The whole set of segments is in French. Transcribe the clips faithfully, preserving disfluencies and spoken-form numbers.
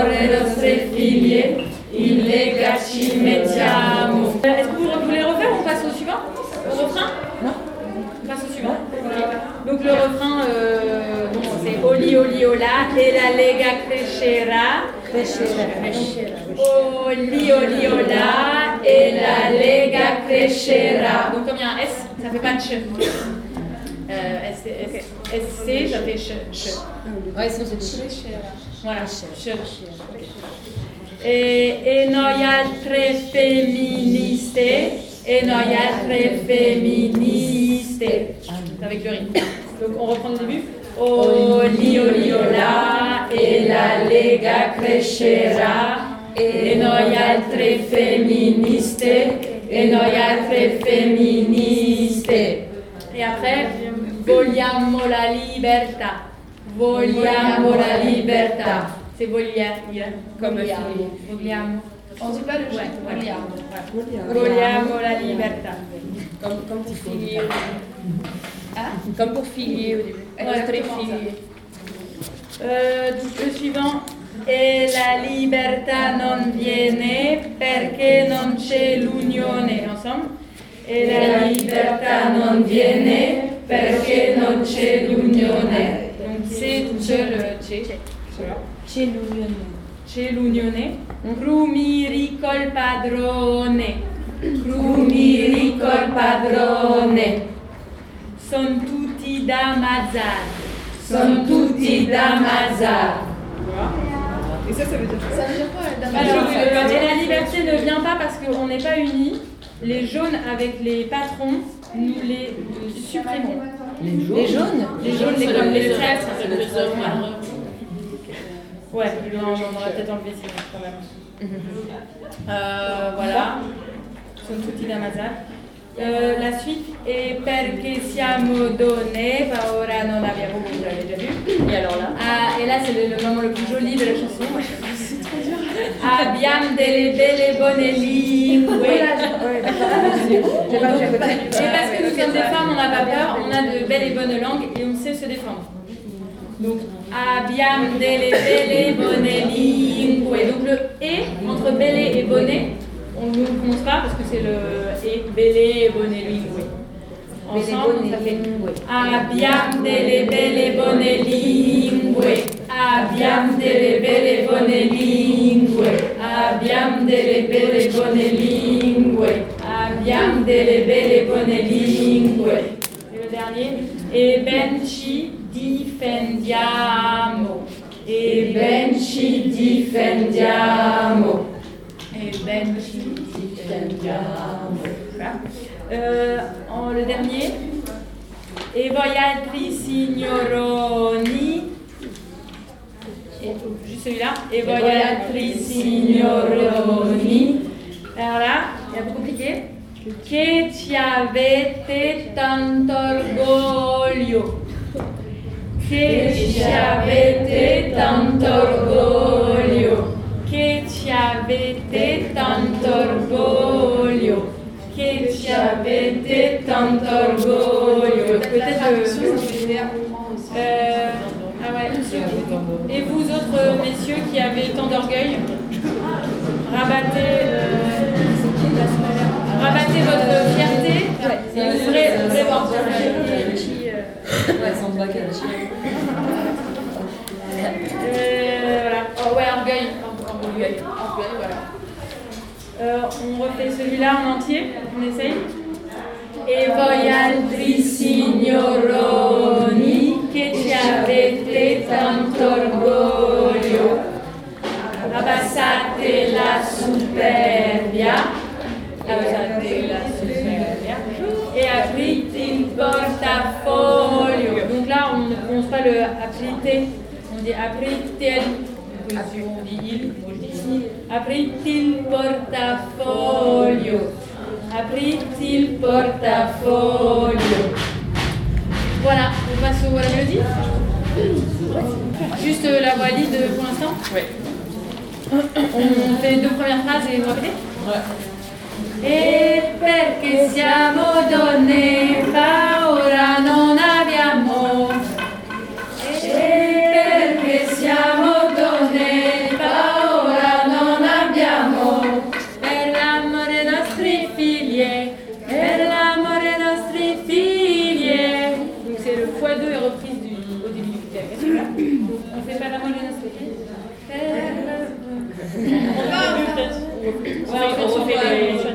le nostre figlie, in lega ci mettiamo. Est-ce que vous voulez le refaire ou on passe au suivant? Au refrain? Non. On passe au suivant. Okay. Donc le refrain, euh, bon, c'est Oli Oli Ola et la lega crescerà. Crescerà. Oli Oli Ola et la lega crescerà. Donc comme il y a un S, ça fait pas de ch. Euh, S, S, S, C, ça fait ch, ch. Ouais, sinon c'est ch. Voilà, ch. Et, et noi altre femministe, et noi altre femministe. Avec le rythme. Donc on reprend le début. Oli Oli Ola et la lega crescerà, e noi altre femministe, e noi altre femministe. Et après, vogliamo la libertà, vogliamo la libertà. C'est vogliamo, comme vogliamo. vogliamo. On dit pas le ouais, vogliamo. Ouais. Vogliamo la libertà. Comme, comme pour filier. Ah, Comme pour filier au début. Ouais, Très comment filier. Euh, donc le suivant. E la libertà non viene perché non c'è l'unione. Ensemble. E la libertà non viene perché non c'è l'unione. Donc c'est c'è le c'è. C'è l'unione. C'è l'unione. Crumiri col padrone. Crumiri col padrone. Son tutti da Mazar. Son tutti da Mazar. Et ça, ça veut dire quoi? Ça veut dire quoi? Alors, euh, et la liberté ne vient pas parce qu'on n'est pas unis. Les jaunes avec les patrons, nous les supprimons. Les jaunes. Les jaunes. Les jaunes, c'est comme les traîtres. C'est les hommes malheureux. Ouais, non, on aurait peut-être enlevé sinon quand même. Euh, voilà. Sono tutti da Mazar. Euh, la suite est perché siamo donne, ma ora non abbiamo, vous l'avez déjà vu. Et alors là? Ah, et là c'est le, le moment le plus joli de la chanson. C'est trop dur. Abbiamo delle belle bonne lingue. Oui, là, ouais, j'ai pas vu à côté. Et parce que nous sommes des femmes, on n'a pas peur, on a de belles et bonnes langues et on sait se défendre. Donc, abbiamo delle belle bonne lingue. Donc le et entre belle et bonnet, on ne le prononce pas parce que c'est le et belle et bonne lingue. Ensemble, ça fait abbiamo delle belle bonne lingue. Abbiamo delle belle bonne lingue. Abbiamo delle belle bonne lingue. Abbiamo delle belle bonne lingue. Et le dernier, e ben ci difendiamo. E ben ci difendiamo. E ben ci difendiamo. Voilà. Euh, en, le dernier, e voi altri signoroni. Et, juste celui-là. E voi altri signoroni. Alors là, c'est un peu compliqué. Che ci avete tanto orgoglio. Che ci avete tanto orgoglio. Che ci avete tanto orgoglio. Che ci avete tanto orgoglio. Peut-être euh, euh, ah ouais, et vous autres messieurs qui avez tant d'orgueil, rabattez, euh, rabattez votre fierté et ouvrez, ouvrez votre fierté. Ouais, sans bac à Euh, voilà. Oh, ouais, orgueil. Orgueil. Orgueil, voilà. Euh, on refait celui-là en entier. On essaye. E voi altri signoroni che ci avete tanto orgoglio. Abbassate la superbia. Abbassate la superbia. Et aprite il portafoglio. Donc là, on ne prononce pas le aprite. On dit aprite il. On dit il. Moi je dis il. Aprite il portafoglio. Aprite il portafoglio. Voilà, on passe à la mélodie. Juste euh, la voix lead pour l'instant. Oui. On fait les deux premières phrases et vous répétez. Ouais. E perché siamo donne, paura non abbiamo. E perché siamo donne, paura per l'amore dei nostri figli. Per l'amore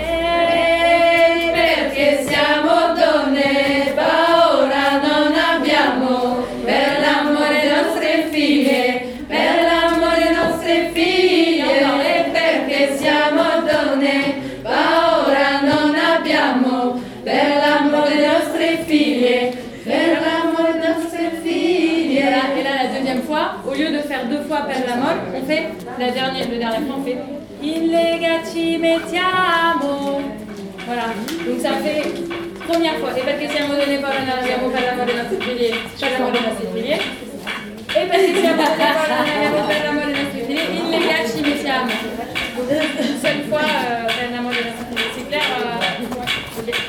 perché siamo donne, paura non abbiamo, per l'amore delle nostre figlie, per l'amore delle nostre figlie, e perché siamo donne, paura non abbiamo, per l'amore delle nostre figlie, per l'amore delle nostre figlie. Et là, la deuxième fois, au lieu de faire deux fois per l'amor, on fait la dernière, le dernier fois, on fait in lega ci mettiamo. Voilà, donc ça fait première fois. Et perché siamo donne paura non abbiamo, per l'amore dei nostri figli, per l'amore dei nostri figli. E perché siamo donne paura non abbiamo, per l'amore dei nostri figli, in lega ci mettiamo. Une seule fois, euh, per l'amore dei nostri figli, c'est clair euh, okay.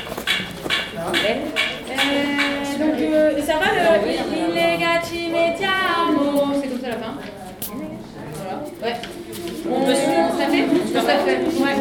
euh, Donc euh, ça va le in lega ci mettiamo. C'est comme ça la fin. Voilà. Ouais. On peut ça fait tout à fait. Ouais.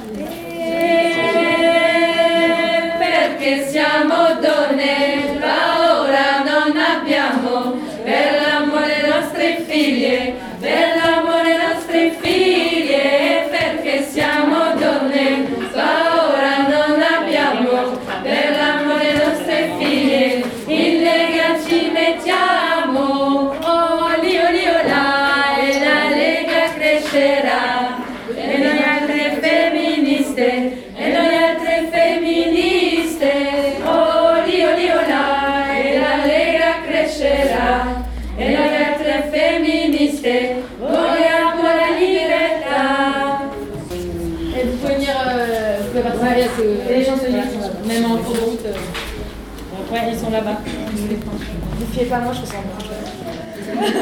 Perché siamo donne, paura non abbiamo, per l'amore delle nostre figlie, per l'amore delle nostre figlie, perché siamo donne, paura non abbiamo, per l'amore delle nostre figlie, in lega ci mettiamo, oli oli olà, e la lega crescerà, e noi altre femministe, e noi altre femministe, oli oli olà, e la lega crescerà, e noi altre femministe, vogliamo la libertà. Et vous pouvez venir, euh, vous pouvez participer à ce... Et les chansonniers sont là-bas. Même en cours de route, euh... ouais, ils sont là-bas. Vous fiez pas, moi je fais ça en marche.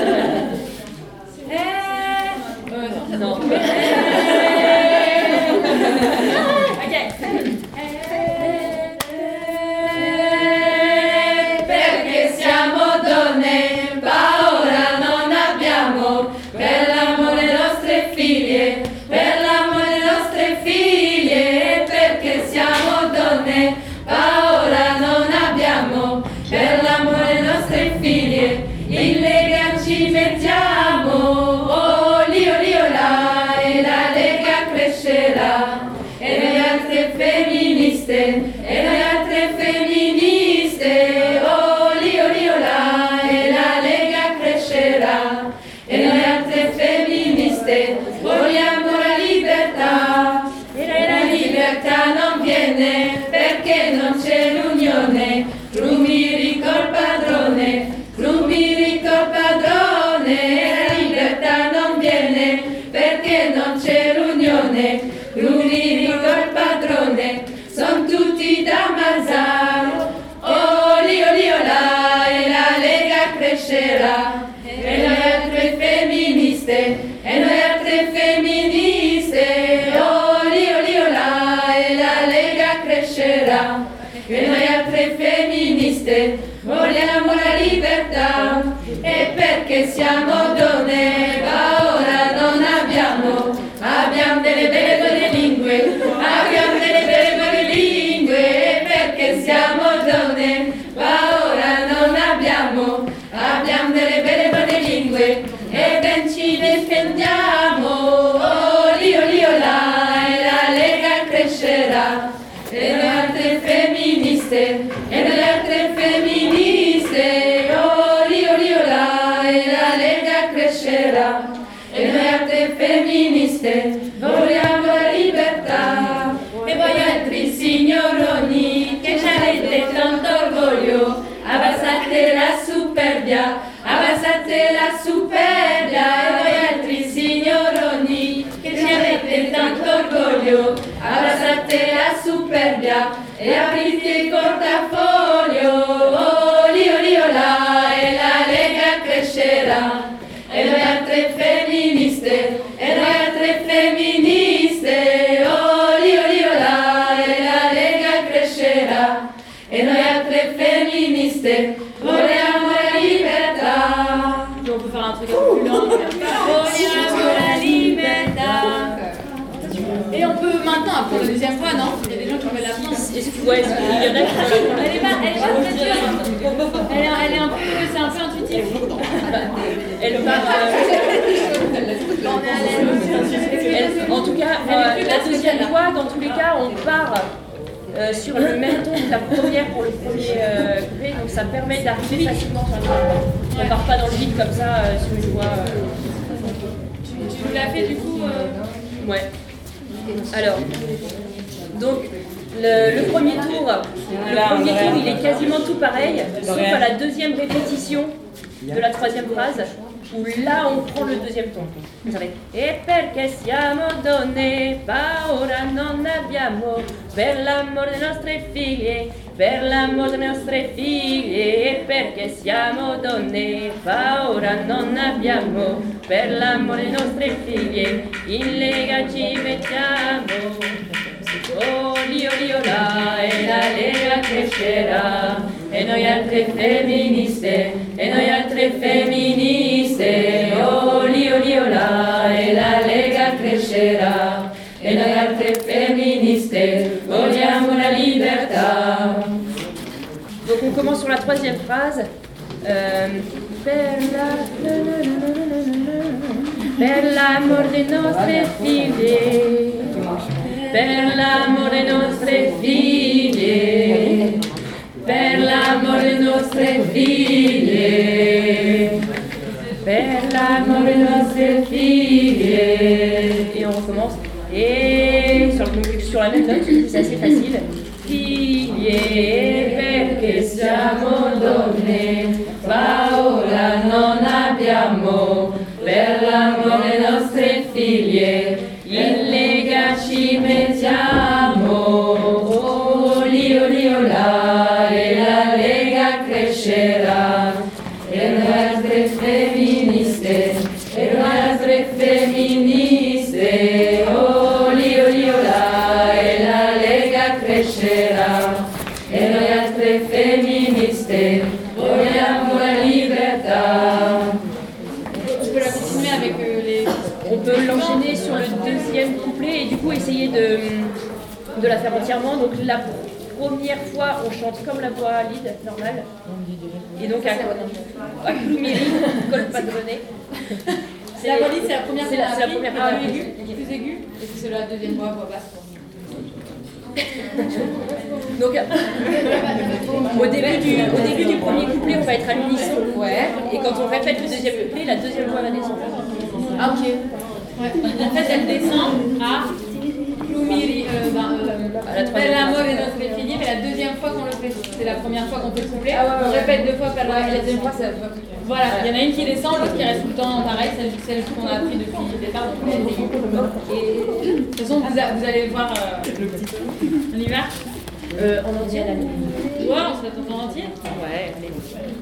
Eh... Euh, non. Non. Perché siamo donne, paura non abbiamo, per l'amore delle nostre figlie, per l'amore delle nostre figlie, perché siamo donne, paura non abbiamo, per l'amore delle nostre figlie, in lega ci mettiamo, oli oli olà, e la lega crescerà. E noi altre femministe, e noi altre femministe, oli oli olà, e la lega crescerà. E noi altre femministe, vogliamo la libertà. E la libertà non viene perché non c'è l'unione. Rumiri col padrone, rumiri col padrone. E la libertà non viene perché non c'è l'unione. Rumiri col padrone, son tutti da mangiare. Oli oli olà, e la lega crescerà. E noi altre femministe, e noi altre femministe, oli oli olà, e la lega crescerà. E noi altre femministe vogliamo la libertà. E perché siamo donne, ma ora non abbiamo, abbiamo delle belle buone lingue, abbiamo delle belle buone lingue. E perché siamo donne, ma ora non abbiamo, abbiamo delle belle buone lingue. E ben ci difendiamo, oli oli olà, e la lega crescerà. E noi altre femministe, e noi altre femministe, oli oli olà, e la lega crescerà. E noi altre femministe vogliamo la libertà. E voi altri signoroni che ci avete tanto orgoglio, abbassate la superbia, abbassate la superbia. E voi altri signoroni che ci avete tanto orgoglio, abbassate la superbia e aprite il portafoglio. Oli oli olà, e la lega crescerà. E noi altre femministe, e noi altre femministe, oli oli olà, e la lega crescerà. E noi altre femministe vogliamo la libertà. On peut faire un truc un peu plus lent. Vogliamo la libertà. Et on peut maintenant, pour la deuxième fois, non? Il y a des gens qui veulent la prendre. Est-ce que ouais, il y en a qui veulent la prendre. Elle est pas, elle est pas très dure. Elle est, elle est un peu, c'est un peu intuitif. Elle part. Euh, en tout cas, euh, la deuxième fois, dans tous les cas, on part euh, sur le même ton que la première pour le premier euh, couplet, donc ça permet d'arriver facilement sur le deuxième. On ne part pas dans le vide comme ça euh, sur une voix. Euh... Tu, tu l'as fait du coup euh... Ouais. Alors, donc le, le premier tour, le premier tour, il est quasiment tout pareil, sauf à la deuxième répétition de la troisième phrase, où là on prend le deuxième ton. Vous savez, e perché siamo donne, paura non abbiamo, per l'amor delle nostre figlie, per l'amor delle nostre figlie, e perché siamo donne, paura non abbiamo, per l'amor delle nostre figlie, in lega ci mettiamo. Oh, lio, lio, là, e la Lega crescerà, e noi altre femministe, e noi altre femministe. Oh, lio, lio, là, e la Lega crescerà, e noi altre femministe, vogliamo la libertà. Donc on commence sur la troisième phrase. Euh, per la, per l'amor delle nostre figlie. Per l'amor delle nostre figlie, per l'amor delle nostre figlie, per l'amor delle nostre figlie. Et on recommence. Et sur, donc, sur la même note, c'est assez facile. Figlie, perché siamo donne, paura non abbiamo, per l'amor delle nostre figlie. In lega ci mettiamo, oh, lio, lio, là, e la Lega crescerà, e noi altre femministe, e noi altre femministe, oh, lio, lio, là, e la Lega crescerà, e noi altre femministe, vogliamo la libertà. Tu peux la continuer avec euh, les... On peut l'enchaîner sur le deuxième couplet et du coup essayer de, de la faire entièrement. Donc la première fois, on chante comme la voix lead normale. Et donc à, à Clumiri, col padronné. La voix lead, c'est la première c'est fois. la, c'est la première fois. Ah, aigu, plus aigu. Et c'est la deuxième voix, voix basse. Donc, au début, du, au début du premier couplet, on va être à l'unisson. Ouais. Et quand on répète le deuxième couplet, la deuxième voix va descendre. Ah, ok. Ouais. En fait, elle descend à Clumiri, euh, ben, euh, per l'amor delle nostre figlie, mais la deuxième fois qu'on le fait. C'est la première fois qu'on fait le couplet. Ah, ouais, ouais, on répète deux fois per l'amor, et la deuxième fois, c'est. Voilà, il y en a une qui descend, l'autre qui reste tout le temps pareil, celle, celle qu'on a appris depuis le départ. Donc, elle est aiguë. De toute façon, vous, a, vous allez voir euh, le petit. On y va euh, En entier, la nuit. Ouais, on se fait en entier. Ouais, allez.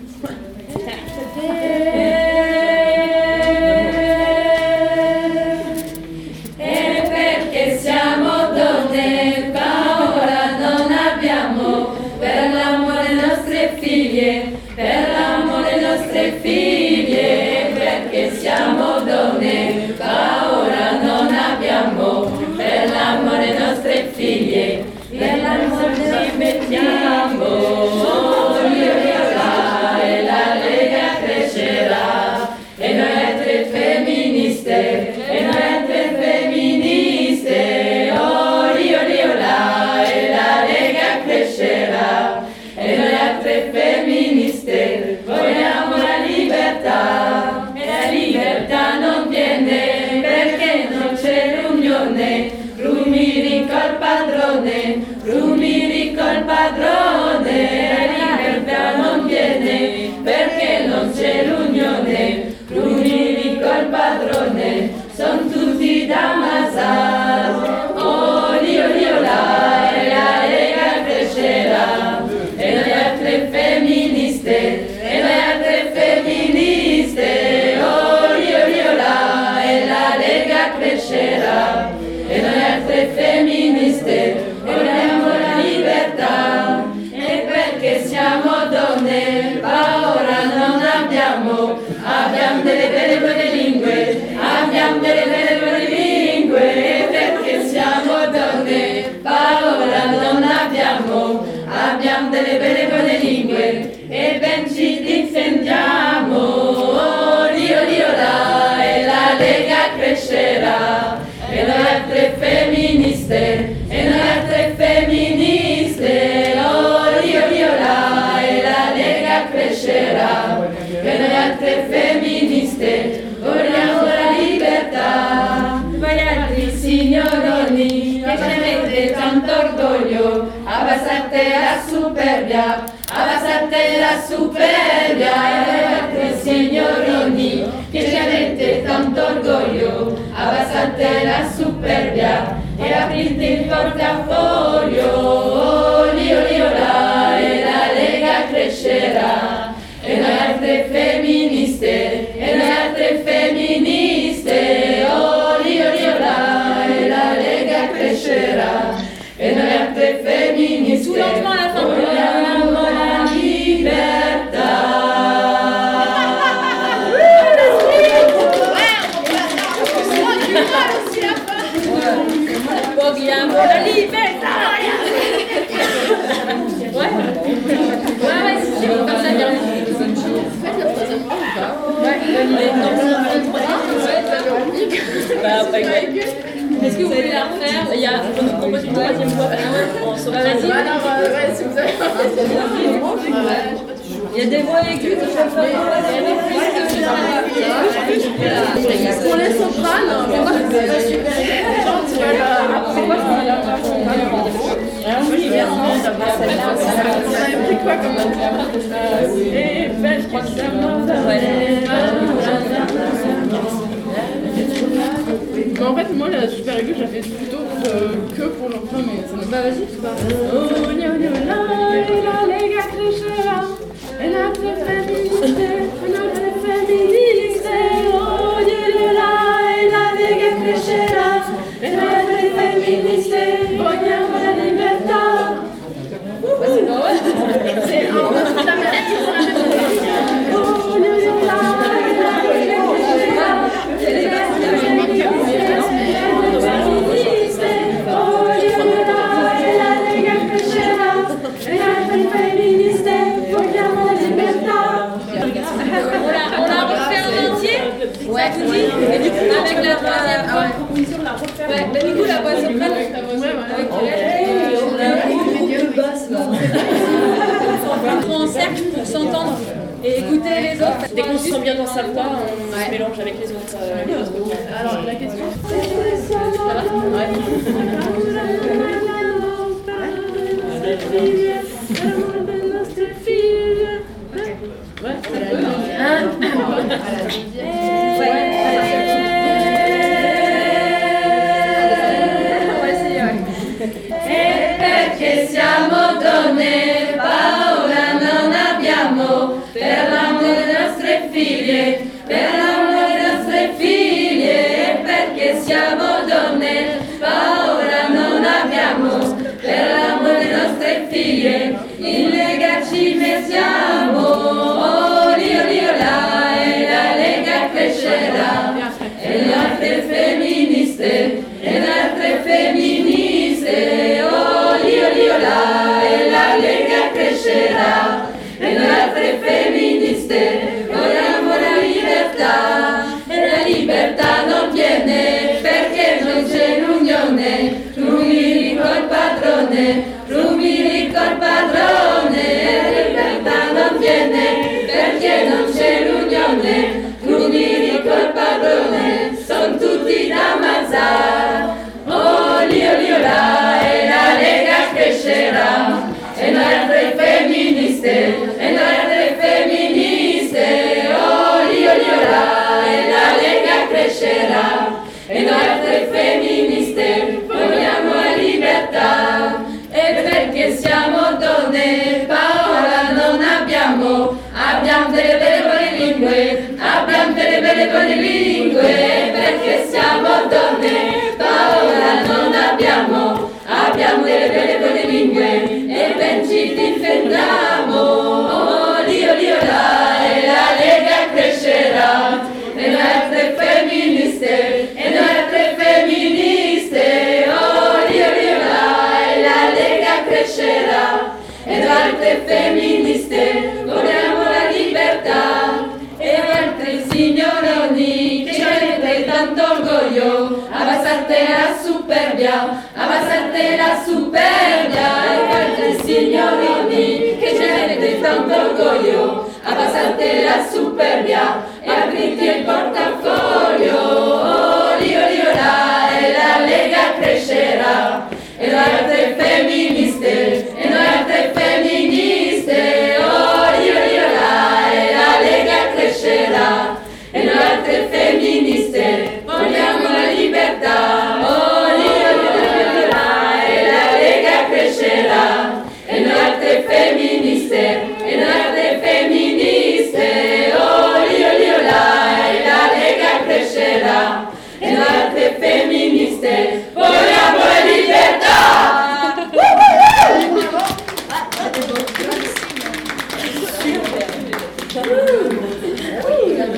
E perché siamo donne, paura non abbiamo, per l'amore delle nostre figlie, per l'amore delle nostre figlie, perché siamo donne, paura non abbiamo, per l'amore delle nostre figlie, per l'amore ci mettiamo, oh, io, io, là, e la Lega crescerà, e noi altre femministe, e noi altre femministe, oh, io, io, là, e la Lega crescerà, e noi altre femministe, vogliamo la libertà, e la libertà non viene perché non c'è l'unione, Clumiri col padrone, Clumiri col padrone. crescerà, e noi altre femministe vogliamo la libertà. Voi altri signoroni che ci avete tanto orgoglio, abbassate la superbia, abbassate la superbia. E voi altri signoroni che ci avete tanto orgoglio, abbassate la superbia e aprite il portafoglio. Lio lio là, e la Lega crescerà, e noi altre femministe, e noi altre femministe. Oh lio lio là, e la Lega crescerà, e noi altre femministe vogliamo la libertà. Vogliamo la libertà. Ouais. Ouais, ouais, c'est sûr, comme ça, bien. Bah, après, est-ce que vous voulez la refaire? Il y a, on nous propose une troisième fois. On se va, vas-y. Il y a des voix aiguës que je vais faire. Pour les sopranes, c'est quoi c'est super. C'est quoi quoi comme mais en fait, moi, la super aiguë, je la fais plutôt euh, que pour l'enfant, mais ça me va, vas-y, c'est pas. Oh, lio, lio, là, et la Lega crescerà, et notre féministe, et notre féministe. Oh, lio, lio, là, et la Lega crescerà, et notre féministe. Vogliamo la libertà. C'est bon, ouais. C'est un peu la même chose. Oh, lio, lio, là, et la Lega crescerà, et notre féministe. On la refait en entier. Ouais, tout dit. Et du coup, avec la troisième fois, proposition de la refaire. Ouais, mais du coup, la voix soprano. On prend en cercle pour s'entendre et écouter les autres. Dès qu'on se sent bien dans sa voix, on ouais. se mélange avec les autres. Euh, les autres. Alors, la question. Ça va? Ouais. Ouais, c'est la E perché siamo donne, paura non abbiamo, per l'amore delle nostre figlie, per l'amore delle nostre figlie. E perché siamo donne, paura non abbiamo, per l'amore delle nostre figlie, in Lega ci mettiamo. Oh lio lio là, e la Lega crescerà, e le altre femministe, e le altre femministe. Oh lio lio là, e la Lega crescerà, e le altre femministe vogliamo la libertà. E la libertà non viene perché non c'è l'unione, rumili col padrone, rumili col padrone. E la libertà non viene perché non c'è l'unione, rumili col padrone, son tutti da ammazzare. Oh lio lio là, e la Lega crescerà, e noi altre femministe, e noi altre femministe. Oh lio lio là, e la Lega crescerà, e noi altre femministe vogliamo la libertà. E perché siamo donne, paura non abbiamo, abbiamo delle belle buone lingue, abbiamo delle belle buone lingue. E perché siamo donne, paura non abbiamo, abbiamo delle belle buone lingue, e ben ci difendiamo. Oh lio lio là, e la Lega crescerà, e noi altre femministe, e noi altre femministe. Oh lio lio là, e la Lega crescerà, e noi altre femministe vogliamo la libertà. E altri signoroni che ci avete tanto orgoglio, abbassate la superbia, abbassate la superbia. E altri signoroni che ci avete tanto orgoglio, abbassate tutti il portafoglio, oli oli olà, e la Lega crescerà, e noi altre femministe, e noi altre femministe, oli oli olà, e la Lega crescerà, e noi altre femministe, vogliamo la libertà, oli oli olà, e la Lega crescerà, e noi altre femministe, e noi altre femministe, oli oli olà, e la Lega crescerà, e noi altre femministe, vogliamo la libertà!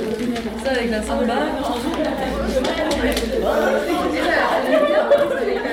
Ça avec la samba.